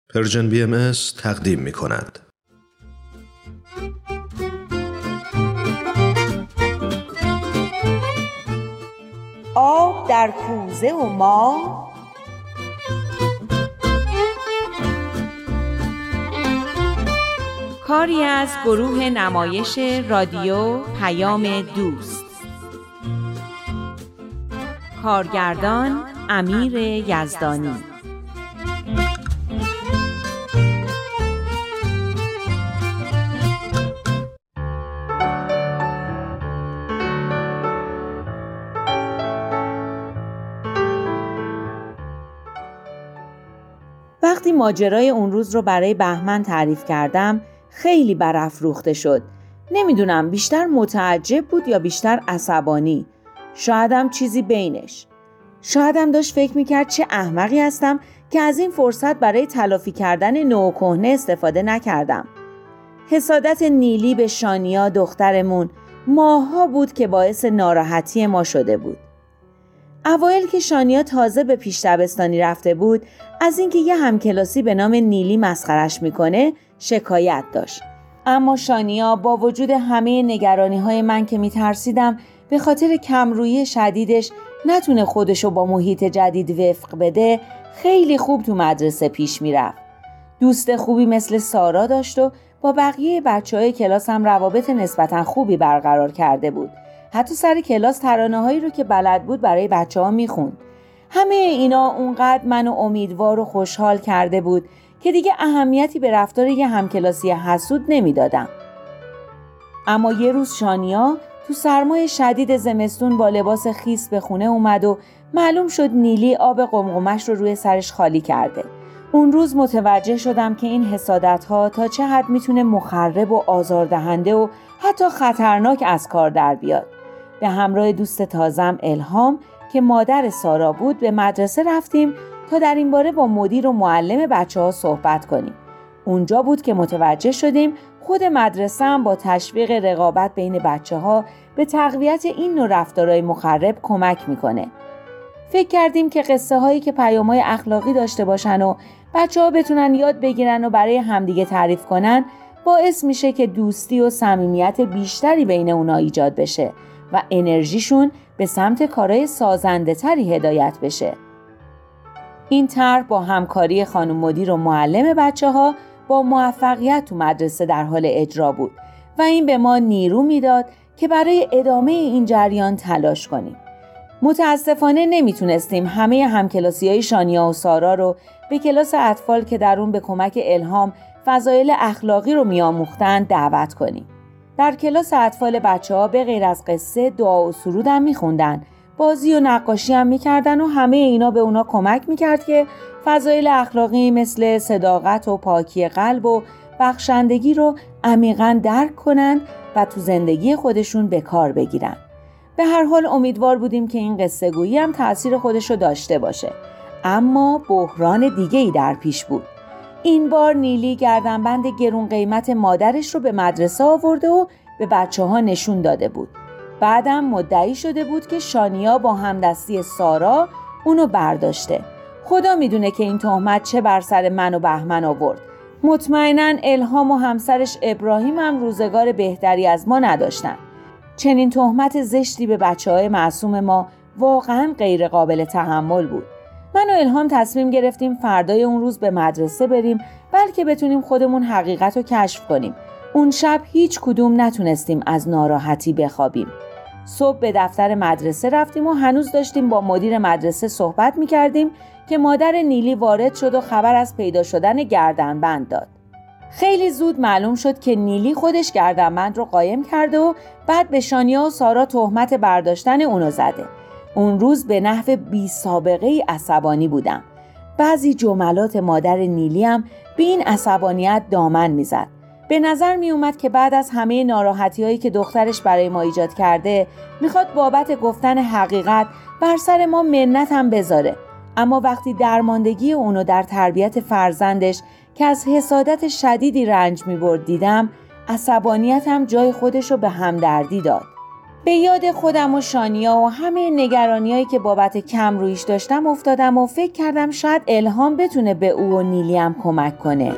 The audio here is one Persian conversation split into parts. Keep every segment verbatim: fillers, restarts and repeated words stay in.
پرژن بی ام اس تقدیم می کند. آب در کوزه و ما، کاری از گروه نمایش رادیو پیام دوست. کارگردان امیر یزدانی. وقتی ماجرای اون روز رو برای بهمن تعریف کردم خیلی برافروخته شد. نمیدونم بیشتر متعجب بود یا بیشتر عصبانی. شایدم چیزی بینش. شایدم داشت فکر میکرد چه احمقی هستم که از این فرصت برای تلافی کردن نو و کهنه استفاده نکردم. حسادت نیلی به شانیا دخترمون ماها بود که باعث ناراحتی ما شده بود. اوایل که شانیا تازه به پیش دبستانی رفته بود، از اینکه یه همکلاسی به نام نیلی مسخرش میکنه شکایت داشت. اما شانیا با وجود همه نگرانی‌های من که میترسیدم به خاطر کمرویی شدیدش نتونه خودشو با محیط جدید وفق بده، خیلی خوب تو مدرسه پیش میرفت. دوست خوبی مثل سارا داشت و با بقیه بچه‌های کلاس هم روابط نسبتاً خوبی برقرار کرده بود. حتی سر کلاس ترانه‌هایی رو که بلد بود برای بچه‌ها میخوند. همه اینا اونقدر منو امیدوار و خوشحال کرده بود که دیگه اهمیتی به رفتار یه همکلاسی حسود نمیدادم. اما یه روز شانیا تو سرمای شدید زمستون با لباس خیس به خونه اومد و معلوم شد نیلی آب قمقمش رو روی سرش خالی کرده. اون روز متوجه شدم که این حسادت‌ها تا چه حد میتونه مخرب و آزاردهنده و حتی خطرناک از کار در بیاد. به همراه دوست تازم الهام که مادر سارا بود به مدرسه رفتیم تا در این باره با مدیر و معلم بچه‌ها صحبت کنیم. اونجا بود که متوجه شدیم خود مدرسه هم با تشویق رقابت بین بچه‌ها به تقویت این نوع رفتارهای مخرب کمک میکنه. فکر کردیم که قصه هایی که پیام‌های اخلاقی داشته باشن و بچه‌ها بتونن یاد بگیرن و برای همدیگه تعریف کنن باعث میشه که دوستی و صمیمیت بیشتری بین اونا ایجاد بشه و انرژیشون به سمت کارهای سازنده تری هدایت بشه. این طرح با همکاری خانم مدیر و معلم بچه‌ها با موفقیت تو مدرسه در حال اجرا بود و این به ما نیرو میداد که برای ادامه این جریان تلاش کنیم. متاسفانه نمیتونستیم همه همکلاسی‌های شانیا و سارا رو به کلاس اطفال که در اون به کمک الهام فضایل اخلاقی رو میآموختن دعوت کنیم. در کلاس اطفال بچه‌ها به غیر از قصه دعا و سرود هم میخوندن، بازی و نقاشی هم میکردن و همه اینا به اونا کمک میکرد که فضایل اخلاقی مثل صداقت و پاکی قلب و بخشندگی رو عمیقاً درک کنن و تو زندگی خودشون به کار بگیرن. به هر حال امیدوار بودیم که این قصه گویی هم تأثیر خودش رو داشته باشه. اما بحران دیگه‌ای در پیش بود. این بار نیلی گردنبند گرون قیمت مادرش رو به مدرسه آورده و به بچه ها نشون داده بود. بعدم مدعی شده بود که شانیا با همدستی سارا اونو برداشته. خدا میدونه که این تهمت چه بر سر من و بهمن آورد. مطمئناً الهام و همسرش ابراهیم هم روزگار بهتری از ما نداشتن. چنین تهمت زشتی به بچه های معصوم ما واقعاً غیر قابل تحمل بود. من و الهام تصمیم گرفتیم فردای اون روز به مدرسه بریم بلکه بتونیم خودمون حقیقت رو کشف کنیم. اون شب هیچ کدوم نتونستیم از ناراحتی بخوابیم. صبح به دفتر مدرسه رفتیم و هنوز داشتیم با مدیر مدرسه صحبت می‌کردیم که مادر نیلی وارد شد و خبر از پیدا شدن گردنبند داد. خیلی زود معلوم شد که نیلی خودش گردنبند رو قایم کرده و بعد به شانیا و سارا تهمت برداشتن اونو زده. اون روز به نحو بی سابقه ای عصبانی بودم. بعضی جملات مادر نیلی هم به این عصبانیت دامن میزد. به نظر می اومد که بعد از همه ناراحتی هایی که دخترش برای ما ایجاد کرده میخواد بابت گفتن حقیقت بر سر ما منت هم بذاره. اما وقتی درماندگی اونو در تربیت فرزندش که از حسادت شدیدی رنج میبرد دیدم، عصبانیتم جای خودشو به همدردی داد. به یاد خودم و شانیا و همه نگرانیایی که بابت کم رویش داشتم افتادم و فکر کردم شاید الهام بتونه به او و نیلی هم کمک کنه.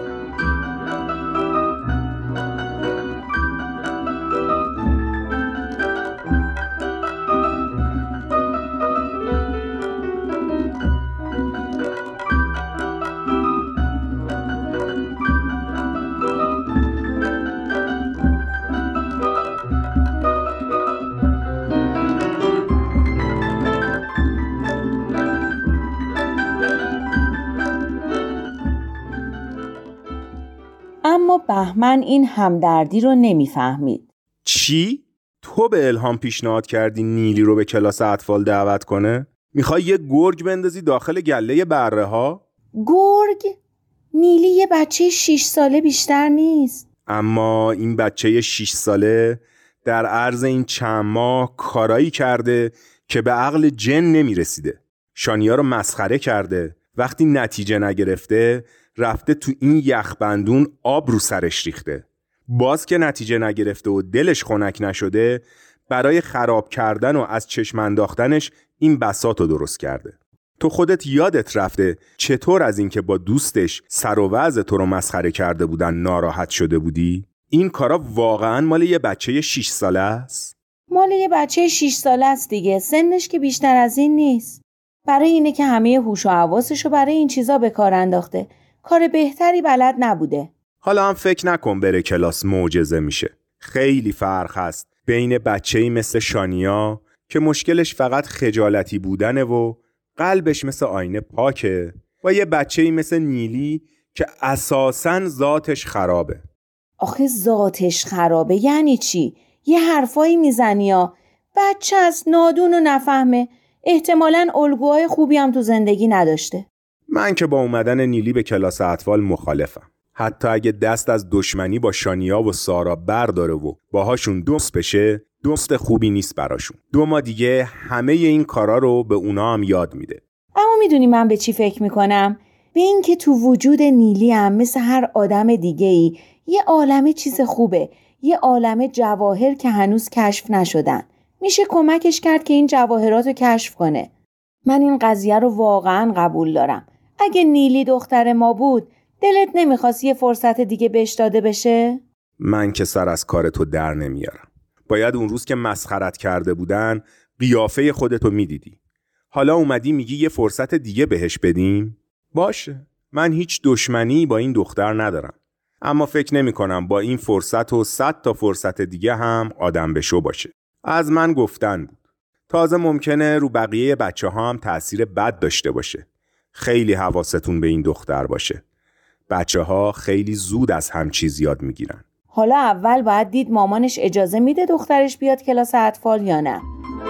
اما بهمن این همدردی رو نمیفهمید. چی؟ تو به الهام پیشنهاد کردی نیلی رو به کلاس اطفال دعوت کنه؟ میخوای یه گرگ بندازی داخل گله بره ها؟ گرگ؟ نیلی یه بچه شیش ساله بیشتر نیست. اما این بچه شیش ساله در عرض این چند ماه کارایی کرده که به عقل جن نمیرسیده. شانیا رو مسخره کرده. وقتی نتیجه نگرفته رفته تو این یخبندون آب رو سرش ریخته. باز که نتیجه نگرفته و دلش خنک نشده برای خراب کردن و از چشم انداختنش این بساطو درست کرده. تو خودت یادت رفته چطور از این که با دوستش سر و وضع تو رو مسخره کرده بودن ناراحت شده بودی؟ این کارا واقعا مال یه بچه شیش ساله است؟ مال یه بچه شیش ساله است دیگه. سنش که بیشتر از این نیست. برای اینه که همه هوش و حواسشو برای این چیزا به کار انداخته. کار بهتری بلد نبوده. حالا هم فکر نکن بره کلاس معجزه میشه. خیلی فرق هست بین بچه‌ای مثل شانیا که مشکلش فقط خجالتی بودنه و قلبش مثل آینه پاکه و یه بچه‌ای مثل نیلی که اساساً ذاتش خرابه. آخه ذاتش خرابه یعنی چی؟ یه حرفایی میزنی ها. بچه از نادون و نفهمه. احتمالاً الگوهای خوبی هم تو زندگی نداشته. من که با اومدن نیلی به کلاس اطفال مخالفم. حتی اگه دست از دشمنی با شانیا و سارا برداره و باهاشون دوست بشه، دوست خوبی نیست براشون. دو ماه دیگه همه این کارا رو به اونا هم یاد میده. اما میدونی من به چی فکر میکنم؟ به این که تو وجود نیلی هم مثل هر آدم دیگه‌ای یه عالمه چیز خوبه. یه عالمه جواهر که هنوز کشف نشدن. میشه کمکش کرد که این جواهرات رو کشف کنه. من این قضیه رو واقعا قبول دارم. اگه نیلی دختر ما بود دلت نمیخواست یه فرصت دیگه بهش داده بشه؟ من که سر از کار تو در نمیارم. باید اون روز که مسخرت کرده بودن قیافه خودتو میدیدی. حالا اومدی میگی یه فرصت دیگه بهش بدیم؟ باشه، من هیچ دشمنی با این دختر ندارم. اما فکر نمی کنم با این فرصت و صد تا فرصت دیگه هم آدم بشو باشه. از من گفتن بود. تازه ممکنه رو بقیه بچه ها هم تأثیر بد داشته باشه. خیلی حواستون به این دختر باشه. بچه ها خیلی زود از هم چیز یاد میگیرن. حالا اول باید دید مامانش اجازه میده دخترش بیاد کلاس اطفال یا نه.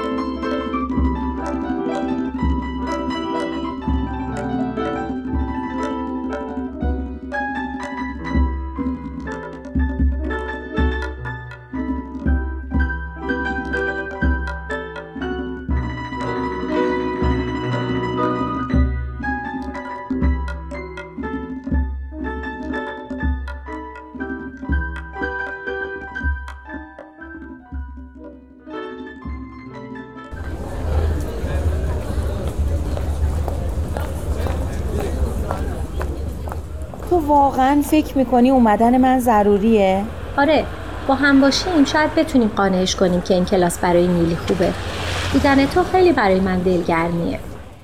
تو واقعا فکر میکنی اومدن من ضروریه؟ آره، با هم باشیم شاید بتونیم قانعش کنیم که این کلاس برای نیلی خوبه. دیدن تو خیلی برای من دلگرمیه.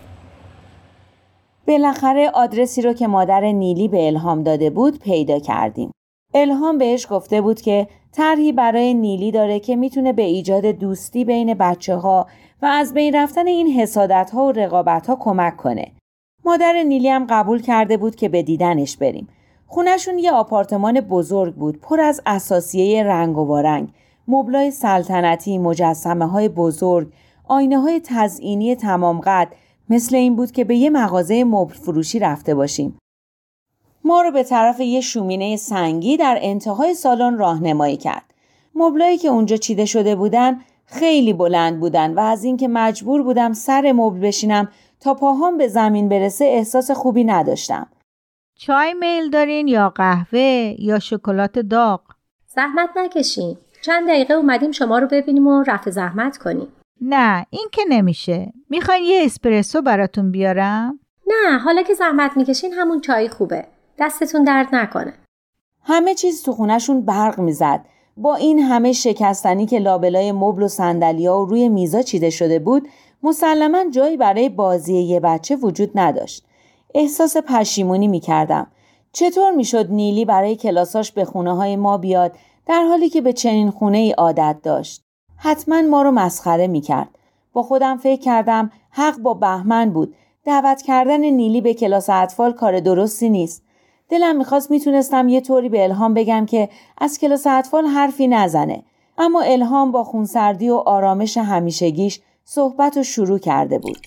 بالاخره آدرسی رو که مادر نیلی به الهام داده بود پیدا کردیم. الهام بهش گفته بود که طرحی برای نیلی داره که میتونه به ایجاد دوستی بین بچه ها و از بین رفتن این حسادت ها و رقابت ها کمک کنه. مادر نیلی هم قبول کرده بود که به دیدنش بریم. خونه‌شون یه آپارتمان بزرگ بود، پر از اثاثیه رنگ و وارنگ، مبلای سلطنتی، مجسمه‌های بزرگ، آینه‌های تزئینی تمام قد، مثل این بود که به یه مغازه مبل فروشی رفته باشیم. ما رو به طرف یه شومینه سنگی در انتهای سالن راهنمایی کرد. مبلایی که اونجا چیده شده بودن خیلی بلند بودن و از اینکه مجبور بودم سر مبل بشینم تا پاهام به زمین برسه احساس خوبی نداشتم. چای میل دارین یا قهوه یا شکلات داغ؟ زحمت نکشین. چند دقیقه اومدیم شما رو ببینیم و رفع زحمت کنیم. نه این که نمیشه. میخواین یه اسپرسو براتون بیارم؟ نه حالا که زحمت میکشین همون چای خوبه. دستتون درد نکنه. همه چیز تو خونه‌شون برق میزد. با این همه شکستنی که لابلای مبل و صندلی‌ها و روی میزا چیده شده بود، مسلماً جایی برای بازی یه بچه وجود نداشت. احساس پشیمونی میکردم. چطور میشد نیلی برای کلاساش به خونه‌های ما بیاد در حالی که به چنین خونه‌ای عادت داشت؟ حتما ما رو مسخره میکرد. با خودم فکر کردم حق با بهمن بود. دعوت کردن نیلی به کلاس اطفال کار درستی نیست. دلم میخواست میتونستم یه طوری به الهام بگم که از کلاس اطفال حرفی نزنه. اما الهام با خونسردی و آرامش همیشگیش صحبت رو شروع کرده بود.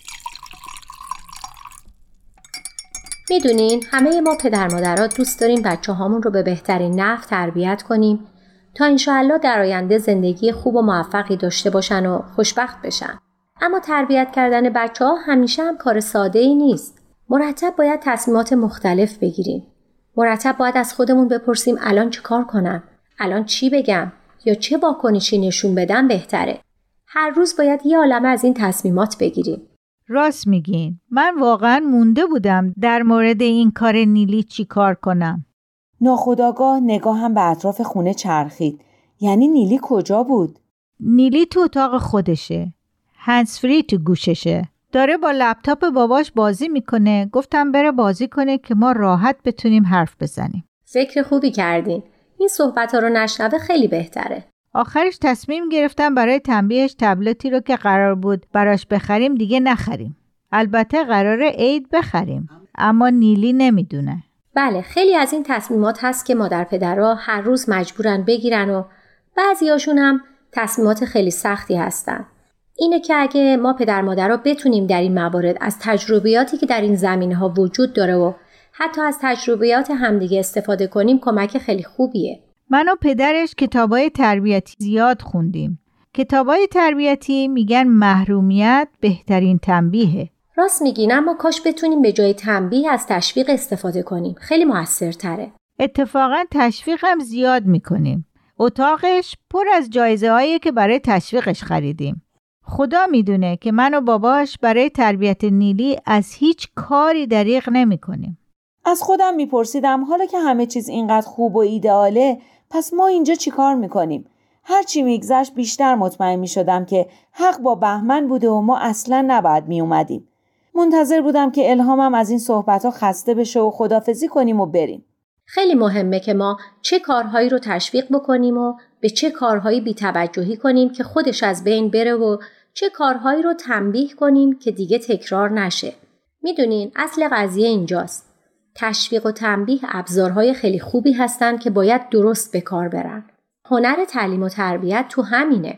میدونین همه ما پدر مادرها دوست داریم بچه هامون رو به بهترین نحو تربیت کنیم تا انشاءالله در آینده زندگی خوب و موفقی داشته باشن و خوشبخت بشن. اما تربیت کردن بچه ها همیشه هم کار ساده ای نیست. مرتب باید تصمیمات مختلف بگیریم. مرتب باید از خودمون بپرسیم الان چه کار کنم؟ الان چی بگم؟ یا چه واکنشی نشون بدم بهتره؟ هر روز باید یه عالمه از این تصمیمات بگیریم. راست میگین. من واقعا مونده بودم در مورد این کار نیلی چی کار کنم. ناخودآگاه نگاهم به اطراف خونه چرخید. یعنی نیلی کجا بود؟ نیلی تو اتاق خودشه. هندزفری تو گوششه. داره با لپتاپ باباش بازی میکنه. گفتم بره بازی کنه که ما راحت بتونیم حرف بزنیم. فکر خوبی کردین. این صحبت ها رو نشنوه خیلی بهتره. آخرش تصمیم گرفتم برای تنبیهش تبلتی رو که قرار بود براش بخریم دیگه نخریم. البته قراره عید بخریم. اما نیلی نمیدونه. بله خیلی از این تصمیمات هست که مادر پدرها هر روز مجبورن بگیرن و بعضیاشون هم تصمیمات خیلی سختی هستن. اینه که اگه ما پدر مادرها بتونیم در این موارد از تجربیاتی که در این زمینه‌ها وجود داره و حتی از تجربیات همدیگه استفاده کنیم کمک خیلی خوبیه. من و پدرش کتابای تربیتی زیاد خوندیم. کتابای تربیتی میگن محرومیت بهترین تنبیهه. راست میگین اما کاش بتونیم به جای تنبیه از تشویق استفاده کنیم. خیلی موثرتره. اتفاقا تشویق هم زیاد میکنیم. اتاقش پر از جایزه هایی که برای تشویقش خریدیم. خدا میدونه که من و باباش برای تربیت نیلی از هیچ کاری دریغ نمی کنیم. از خودم میپرسیدم حالا که همه چیز اینقدر خوب و ایدئاله پس ما اینجا چی کار میکنیم؟ هرچی میگذشت بیشتر مطمئن میشدم که حق با بهمن بوده و ما اصلا نباید میومدیم. منتظر بودم که الهامم از این صحبتها خسته بشه و خدافزی کنیم و بریم. خیلی مهمه که ما چه کارهایی رو تشویق بکنیم و به چه کارهایی بی‌توجهی کنیم که خودش از بین بره و چه کارهایی رو تنبیه کنیم که دیگه تکرار نشه. میدونین اصل قضیه اینجاست. تشویق و تنبیه ابزارهای خیلی خوبی هستن که باید درست به کار برن. هنر تعلیم و تربیت تو همینه.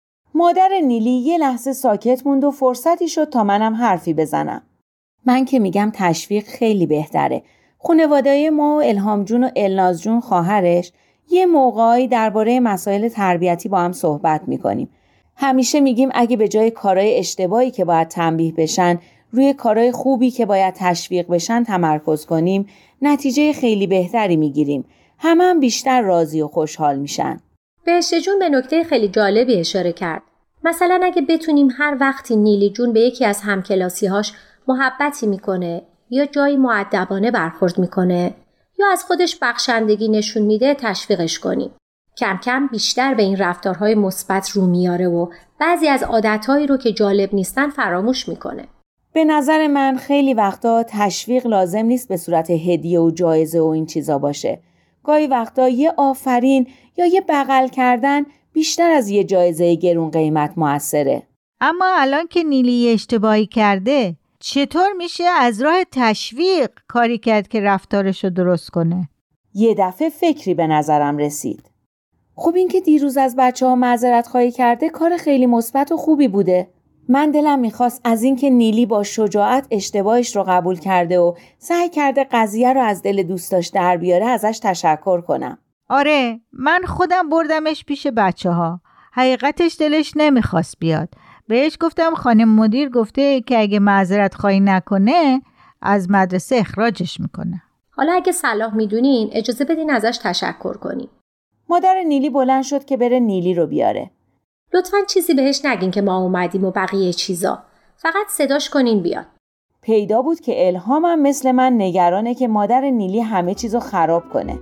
مادر نیلی یه لحظه ساکت موند و فرصتی شد تا منم حرفی بزنم. من که میگم تشویق خیلی بهتره. خانواده ما و الهام جون و الناز جون خواهرش یه موقعی درباره مسائل تربیتی با هم صحبت میکنیم. همیشه میگیم اگه به جای کارهای اشتباهی که باید تنبیه بشن روی کارهای خوبی که باید تشویق بشن تمرکز کنیم نتیجه خیلی بهتری میگیریم. همه هم بیشتر راضی و خوشحال میشن. بهشت جون به نکته خیلی جالبی اشاره کرد. مثلا اگه بتونیم هر وقتی نیلی جون به یکی از همکلاسی‌هاش محبتی میکنه یا جایی مؤدبانه برخورد میکنه یا از خودش بخشندگی نشون میده تشویقش کنیم. کم کم بیشتر به این رفتارهای مثبت رو میاره و بعضی از عادتهایی رو که جالب نیستن فراموش میکنه. به نظر من خیلی وقتا تشویق لازم نیست به صورت هدیه و جایزه و این چیزا باشه. گاهی وقتا یه آفرین یا یه بغل کردن بیشتر از یه جایزه گرون قیمت موثره. اما الان که نیلی اشتباهی کرده چطور میشه از راه تشویق کاری کرد که رفتارشو درست کنه؟ یه دفعه فکری به نظرم رسید. خب این که دیروز از بچه ها معذرت خواهی کرده کار خیلی مثبت و خوبی بوده. من دلم میخواست از این که نیلی با شجاعت اشتباهش رو قبول کرده و سعی کرده قضیه رو از دل دوستاش در بیاره ازش تشکر کنم. آره من خودم بردمش پیش بچه ها. حقیقتش دلش نمیخواست بیاد. بهش گفتم خانم مدیر گفته که اگه معذرت خواهی نکنه از مدرسه اخراجش میکنه. حالا اگه صلاح میدونین اجازه بدین ازش تشکر کنیم. مادر نیلی بلند شد که بره نیلی رو بیاره. لطفاً چیزی بهش نگین که ما اومدیم و بقیه چیزا. فقط صداش کنین بیاد. پیدا بود که الهامم مثل من نگرانه که مادر نیلی همه چیزو خراب کنه.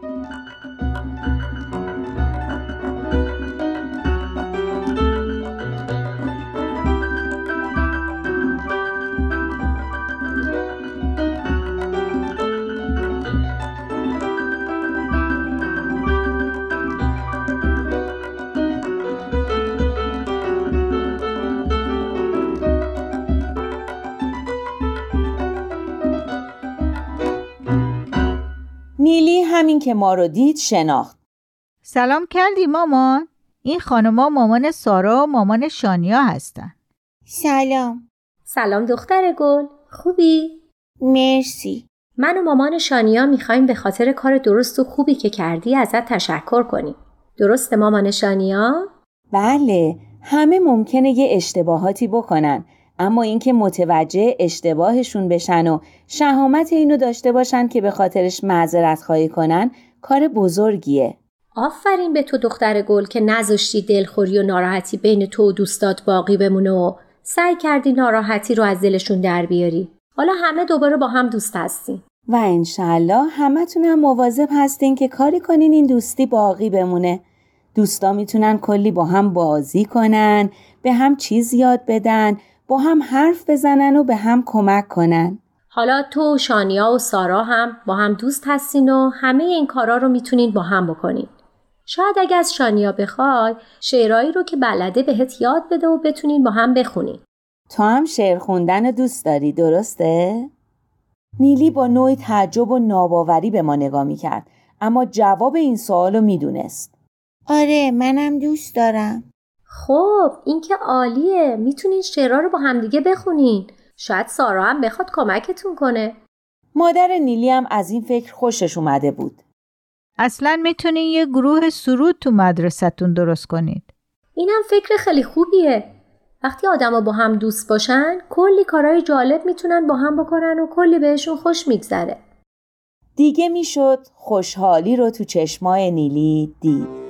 نیلی همین که ما رو دید شناخت. سلام کردی مامان؟ این خانوما مامان سارا و مامان شانیا هستن. سلام. سلام دختر گل. خوبی؟ مرسی. من و مامان شانیا میخوایم به خاطر کار درست و خوبی که کردی ازت تشکر کنیم. درسته مامان شانیا؟ بله، همه ممکنه یه اشتباهاتی بکنن، اما اینکه متوجه اشتباهشون بشن و شهامت اینو داشته باشن که به خاطرش معذرت خواهی کنن کار بزرگیه. آفرین به تو دختر گل که نذاشتی دلخوری و ناراحتی بین تو و دوستات باقی بمونه و سعی کردی ناراحتی رو از دلشون در بیاری. حالا همه دوباره با هم دوست هستین. و انشالله همتون هم مواظب هستین که کاری کنین این دوستی باقی بمونه. دوستا میتونن کلی با هم بازی کنن، به هم چیز یاد بدن، با هم حرف بزنن و به هم کمک کنن. حالا تو و شانیا و سارا هم با هم دوست هستین و همه این کارا رو میتونین با هم بکنین. شاید اگه از شانیا بخوای شعرهایی رو که بلده بهت یاد بده و بتونین با هم بخونین. تو هم شعر خوندن دوست داری، درسته؟ نیلی با نوعی تعجب و ناباوری به ما نگاه میکرد، اما جواب این سوالو میدونست. آره منم دوست دارم. خب این که عالیه. میتونین شعرها رو با همدیگه بخونین. شاید سارا هم بخواد کمکتون کنه. مادر نیلی هم از این فکر خوشش اومده بود. اصلاً میتونین یه گروه سرود تو مدرسه‌تون درست کنید. اینم فکر خیلی خوبیه. وقتی آدما با هم دوست باشن کلی کارهای جالب میتونن با هم بکنن و کلی بهشون خوش میگذره. دیگه میشد خوشحالی رو تو چشمای نیلی دید.